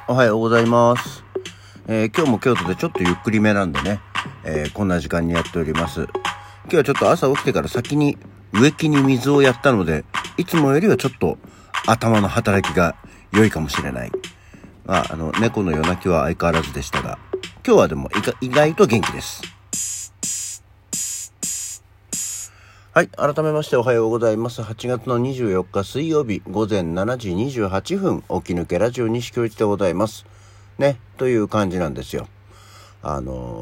おはようございます。今日も京都でちょっとゆっくりめなんでね、こんな時間にやっております。今日はちょっと朝起きてから先に植木に水をやったので、いつもよりはちょっと頭の働きが良いかもしれない。猫の夜泣きは相変わらずでしたが、今日はでも意外と元気です。はい、改めましておはようございます。8月の24日水曜日午前7時28分、起き抜けラジオ西京一でございます。ね、という感じなんですよ。ま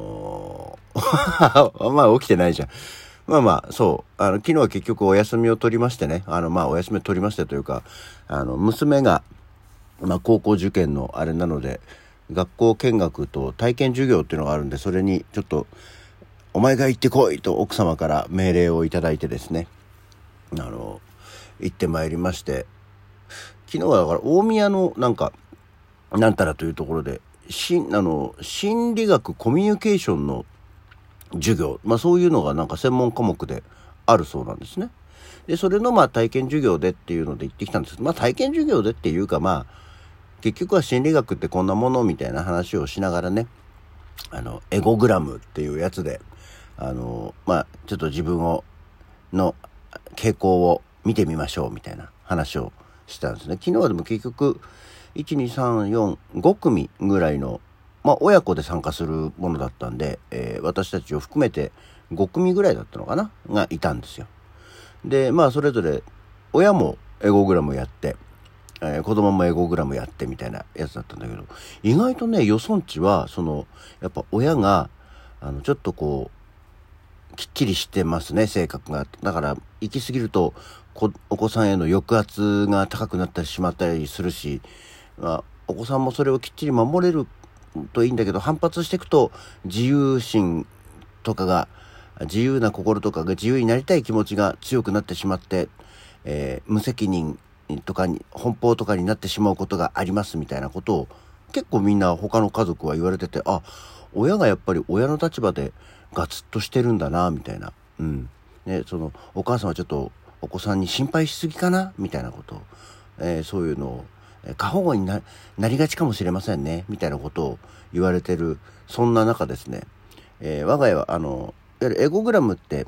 あ起きてないじゃん。そう。昨日は結局お休みを取りましてね。お休みを取りましてというか、娘が、高校受験のあれなので、学校見学と体験授業っていうのがあるんで、それにちょっと、お前が行ってこいと奥様から命令をいただいてですね、行ってまいりまして、昨日はだから大宮のなんたらというところで、心理学コミュニケーションの授業、そういうのがなんか専門科目であるそうなんですね。で、それの体験授業でっていうので行ってきたんですけど、体験授業でっていうか結局は心理学ってこんなものみたいな話をしながらね、エゴグラムっていうやつで、ちょっと自分の傾向を見てみましょうみたいな話をしたんですね。昨日はでも結局、1、2、3、4、5組ぐらいの、親子で参加するものだったんで、私たちを含めて5組ぐらいだったのかながいたんですよ。で、それぞれ親もエゴグラムやって、子供もエゴグラムやってみたいなやつだったんだけど、意外とね、よそんちは、やっぱ親が、ちょっときっちりしてますね、性格が。だから、行き過ぎると、お子さんへの抑圧が高くなったりしまったりするし、お子さんもそれをきっちり守れるといいんだけど、反発していくと、自由心とかが、自由な心とかが自由になりたい気持ちが強くなってしまって、無責任とかに、奔放とかになってしまうことがありますみたいなことを、結構みんな他の家族は言われてて、親がやっぱり親の立場でガツッとしてるんだなみたいな、お母さんはちょっとお子さんに心配しすぎかなみたいなことを、そういうのを過保護になりがちかもしれませんねみたいなことを言われてる、そんな中ですね、我が家はいわゆるエゴグラムって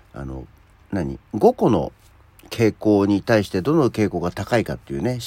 5個の傾向に対してどの傾向が高いかっていうね、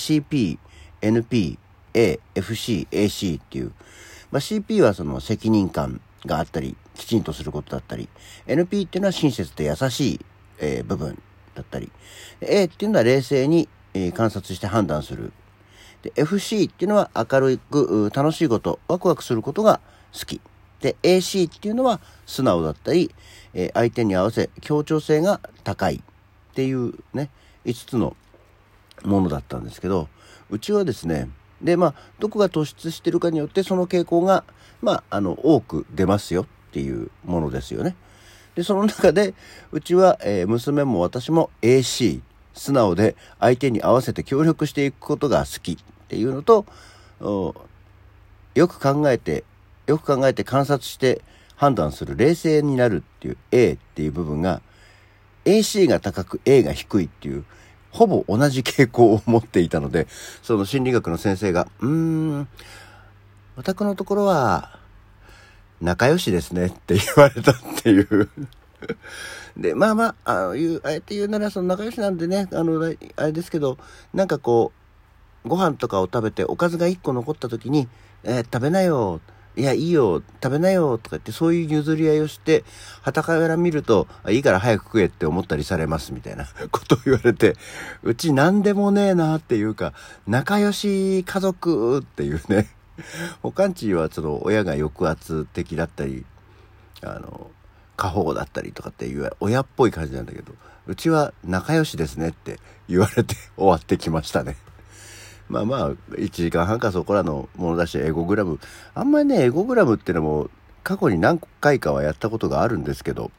CP、NP、A、FC、AC っていう、CP はその責任感があったりきちんとすることだったり、 NP っていうのは親切で優しい、部分だったり、 A っていうのは冷静に、観察して判断する。で FC っていうのは明るく楽しいこと、ワクワクすることが好きで、 AC っていうのは素直だったり、相手に合わせ協調性が高いっていうね、5つのものだったんですけど、うちはですね、でどこが突出してるかによってその傾向が多く出ますよっていうものですよね。でその中でうちは、娘も私も AC、 素直で相手に合わせて協力していくことが好きっていうのと、よく考えて観察して判断する、冷静になるっていう A っていう部分が AC が高く A が低いっていうほぼ同じ傾向を持っていたので、その心理学の先生がお宅のところは仲良しですねって言われたっていうであえて言うならその仲良しなんでね、あれですけど、ご飯とかを食べておかずが1個残った時に、食べなよ、いやいいよ食べなよとか言って、そういう譲り合いをして、傍から見るといいから早く食えって思ったりされますみたいなことを言われて、うちなんでもねえなっていうか、仲良し家族っていうね他んちはその親が抑圧的だったり過保護だったりとかっていう親っぽい感じなんだけど、うちは仲良しですねって言われて終わってきましたね。1時間半かそこらのものだし、エゴグラムあんまりね、エゴグラムってのも過去に何回かはやったことがあるんですけど、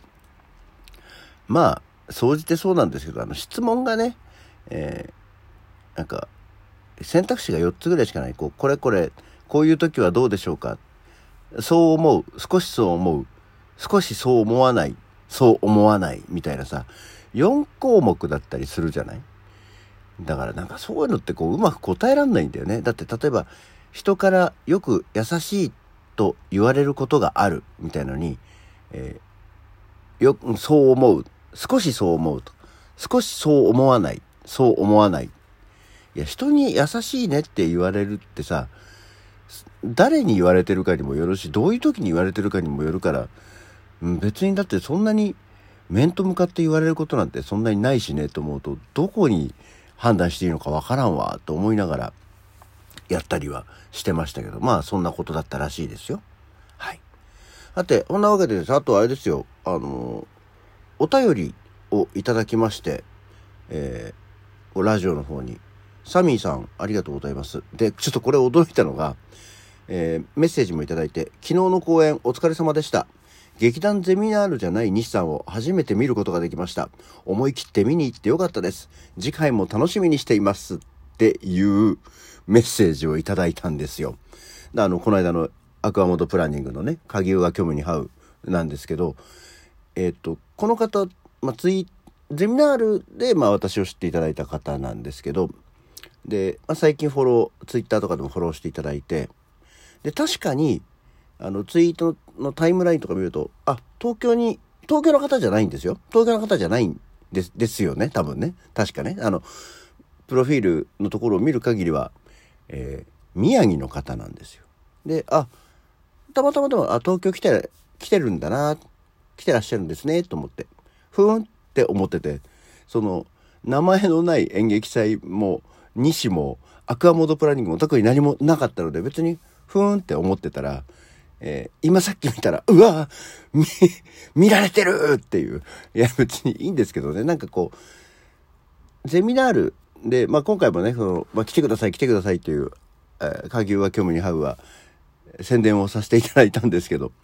総じてそうなんですけど、質問がね、選択肢が4つぐらいしかない。これこういう時はどうでしょうか、そう思う、少しそう思う、少しそう思わない、そう思わないみたいなさ、4項目だったりするじゃない。だからそういうのってうまく答えらんないんだよね。だって例えば人からよく優しいと言われることがあるみたいなのに、そう思う。少しそう思うと。少しそう思わない。そう思わない。いや、人に優しいねって言われるってさ、誰に言われてるかにもよるし、どういう時に言われてるかにもよるから、別にだってそんなに面と向かって言われることなんてそんなにないしねと思うと、どこに判断していいのかわからんわと思いながらやったりはしてましたけど、まあそんなことだったらしいですよ。はい。さて、こんなわけでです。あとあれですよ、お便りをいただきまして、ラジオの方に、サミーさんありがとうございます。で、ちょっとこれ驚いたのが、メッセージもいただいて、昨日の公演お疲れ様でした。劇団ゼミナールじゃない西さんを初めて見ることができました。思い切って見に行ってよかったです。次回も楽しみにしていますっていうメッセージをいただいたんですよ。この間のアクアモードプランニングのね、鍵は虚無に這うなんですけど、この方、ゼミナールで、私を知っていただいた方なんですけど、で、最近ツイッターとかでもフォローしていただいて、で、確かに、ツイートのタイムラインとか見ると、東京の方じゃないんですよ。東京の方じゃないんですよね、多分ね。確かね。プロフィールのところを見る限りは、宮城の方なんですよ。で、たまたまでも、東京来てるんだな、来てらっしゃるんですね、と思って、ふーんって思ってて、その、名前のない演劇祭も、西も、アクアモードプランニングも特に何もなかったので、別に、ふーんって思ってたら、今さっき見たら、うわ見られてるっていう。いや、別にいいんですけどね。なんかこう、ゼミナールで、今回もね、来てくださいっていう、鍵は虚無に這うは、宣伝をさせていただいたんですけど、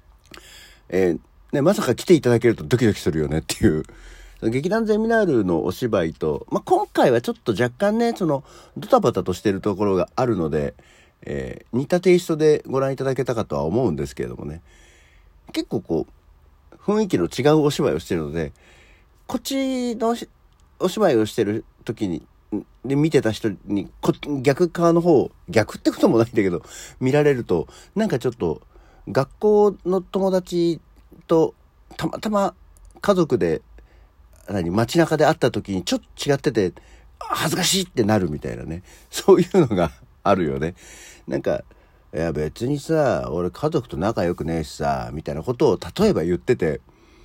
まさか来ていただけるとドキドキするよねっていう。劇団ゼミナールのお芝居と、今回はちょっと若干ね、ドタバタとしてるところがあるので、似たテイストでご覧いただけたかとは思うんですけれどもね、結構こう雰囲気の違うお芝居をしてるので、こっちのお芝居をしてる時にで見てた人に逆側の方、逆ってこともないんだけど見られると、なんかちょっと学校の友達とたまたま家族で街中で会った時にちょっと違ってて恥ずかしいってなるみたいなね、そういうのがあるよね。なんか、いや別にさ、俺家族と仲良くねえしさ、みたいなことを例えば言ってて、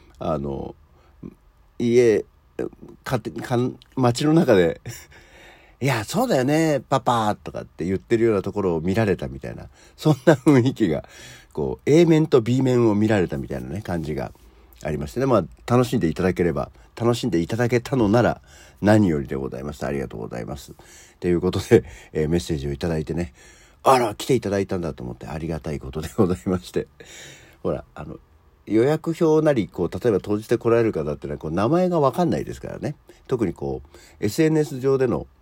街の中でいやそうだよねパパとかって言ってるようなところを見られたみたいな、そんな雰囲気が、こう A 面と B 面を見られたみたいなね感じがありましてね。楽しんでいただけたのなら何よりでございます。ありがとうございますということで、メッセージをいただいてね、来ていただいたんだと思ってありがたいことでございまして、ほら予約表なり例えば当日で来られる方ってのは名前が分かんないですからね。特にSNS 上での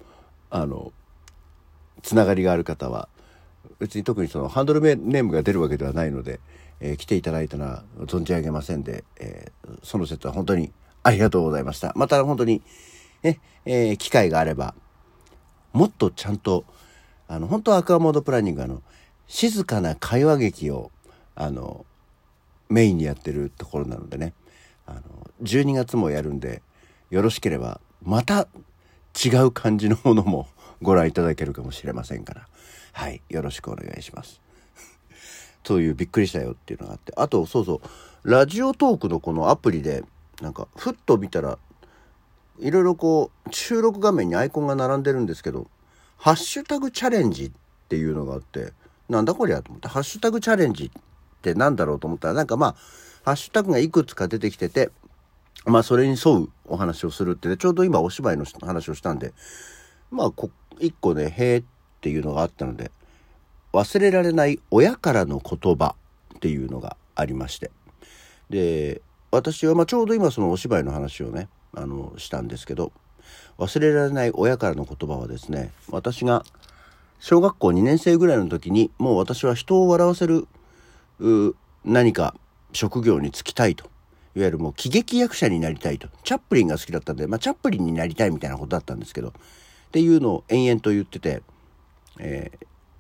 つながりがある方は別に特にハンドルネームが出るわけではないので、来ていただいたのは存じ上げませんで、その説は本当にありがとうございました。また本当にね、機会があればもっとちゃんと本当はアクアモードプランニング静かな会話劇をメインにやってるところなのでね、12月もやるんで、よろしければまた違う感じのものもご覧いただけるかもしれませんから、はい、よろしくお願いしますというびっくりしたよっていうのがあって、あとラジオトークのこのアプリでふっと見たらいろいろ収録画面にアイコンが並んでるんですけど、ハッシュタグチャレンジっていうのがあって、なんだこりゃと思って、ハッシュタグチャレンジってなんだろうと思ったら、ハッシュタグがいくつか出てきてて、それに沿うお話をするってね、ちょうど今お芝居の話をしたんで、一個ね、へーっていうのがあったので、忘れられない親からの言葉っていうのがありまして、で、私はちょうど今そのお芝居の話をね、したんですけど、忘れられない親からの言葉はですね、私が小学校2年生ぐらいの時に、もう私は人を笑わせる何か職業に就きたいと、いわゆるもう喜劇役者になりたいと、チャップリンが好きだったんで、チャップリンになりたいみたいなことだったんですけど、っていうのを延々と言ってて、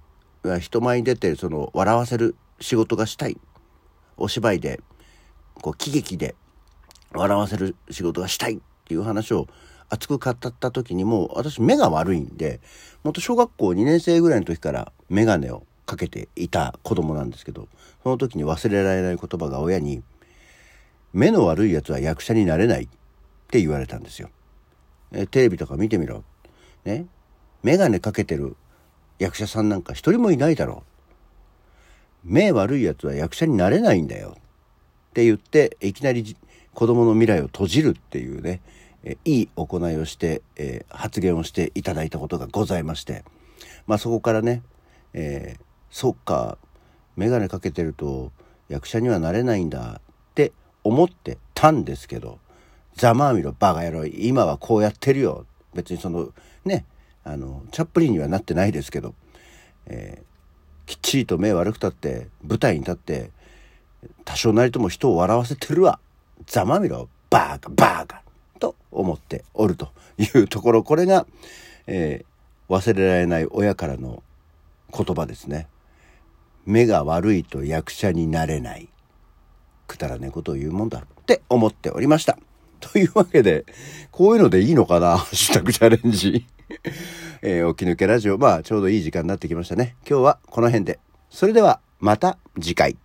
人前に出て笑わせる仕事がしたい。お芝居で、喜劇で笑わせる仕事がしたいっていう話を熱く語った時に、もう私目が悪いんで、もっと小学校2年生ぐらいの時から眼鏡をかけていた子供なんですけど、その時に忘れられない言葉が親に、目の悪いやつは役者になれないって言われたんですよ。テレビとか見てみろ。ね。眼鏡かけてる役者さんなんか一人もいないだろう。目悪いやつは役者になれないんだよ。って言って、いきなり子供の未来を閉じるっていうね、いい行いをして、発言をしていただいたことがございまして、そこからね、そっか、眼鏡かけてると役者にはなれないんだって思ってたんですけど、ざまあみろバカ野郎、今はこうやってるよ。別にチャップリンにはなってないですけど、きっちりと目悪くたって舞台に立って多少なりとも人を笑わせてるわ。ざまあみろバカと思っておるというところ、これが、忘れられない親からの言葉ですね。目が悪いと役者になれない。くだらねえことを言うもんだって思っておりました。というわけで、こういうのでいいのかな、ハッシュタグチャレンジ。起き抜けラジオ、ちょうどいい時間になってきましたね。今日はこの辺で。それではまた次回。